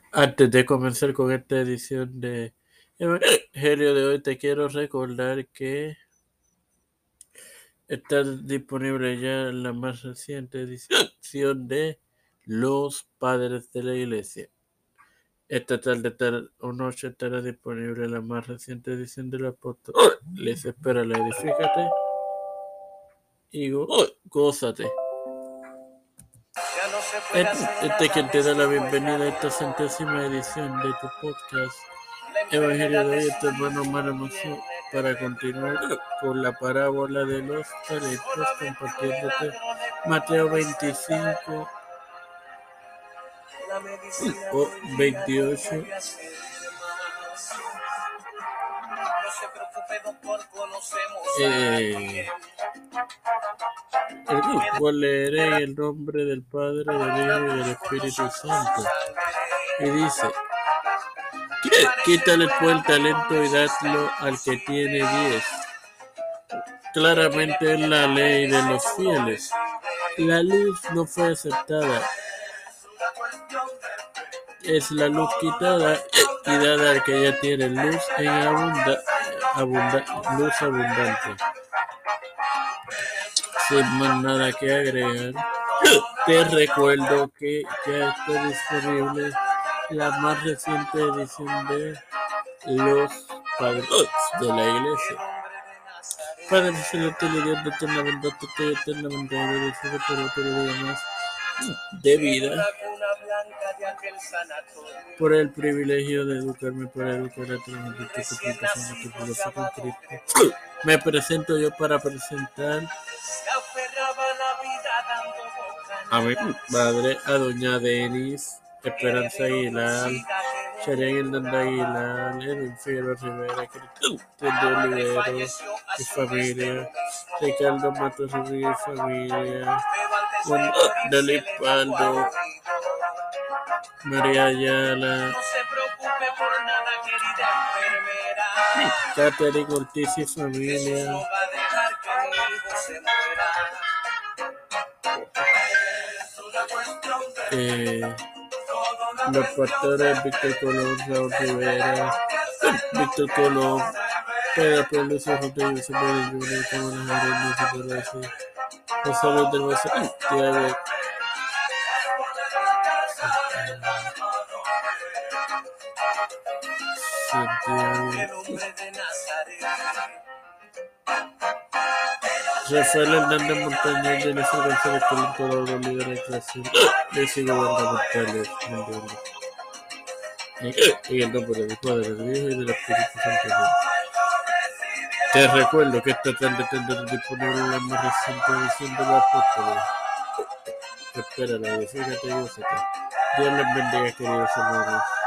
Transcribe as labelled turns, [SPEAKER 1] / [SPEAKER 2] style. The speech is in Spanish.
[SPEAKER 1] Antes de comenzar con esta edición de Evangelio de hoy, te quiero recordar que está disponible ya la más reciente edición de Los Padres de la Iglesia. Esta tarde o noche estará disponible la más reciente edición del apóstol. Les espera la edifícate y gózate. Este es quien te da la bienvenida a esta 100ª edición de tu podcast Evangelio de hoy, tu hermano Maramazo, para continuar con la parábola de los talentos, compartiéndote Mateo 25 o 28. Leeré el nombre del Padre, del Hijo y del Espíritu Santo. Y dice: quítale pues el talento y dadlo al que tiene 10. Claramente es la ley de los fieles. La luz no fue aceptada. Es la luz quitada y dada al que ya tiene luz en luz abundante. Sin más nada que agregar, te recuerdo que ya está disponible la más reciente edición de Los Padres de la Iglesia. Padre celestial y Dios de eterna bondad, te estoy eternamente agradecido por otro día más de vida, por el privilegio de educarme para educar a través de tu explicación de tu filosofía con Cristo. Me presento yo para presentar a mi madre, a doña Denis, Esperanza Aguilar, Sharon Hernández Aguilar, Edwin Figueroa Rivera, Cristian de Olivero y familia, Ricardo Matos Rodríguez y familia, Dalí Paldo, María Ayala, Catherine Ortiz y familia, los pastores Víctor Colón, Raúl Rivera, Víctor Colón, Pedro Pablo y José José Pérez Jr., como las arenas se puede decir, José Luis del Vaso, Santiago, Rafael Hernández Montañez, Jennifer González Colón, todos los líderes eclesiásticos y gubernamentales mundiales. En el nombre del Padre, del Hijo y del Espíritu Santo. Te recuerdo que esta tarde tendrás disponible la más reciente edición de los apóstoles. Espérala, fíjate y úsate. Dios les bendiga, queridos hermanos.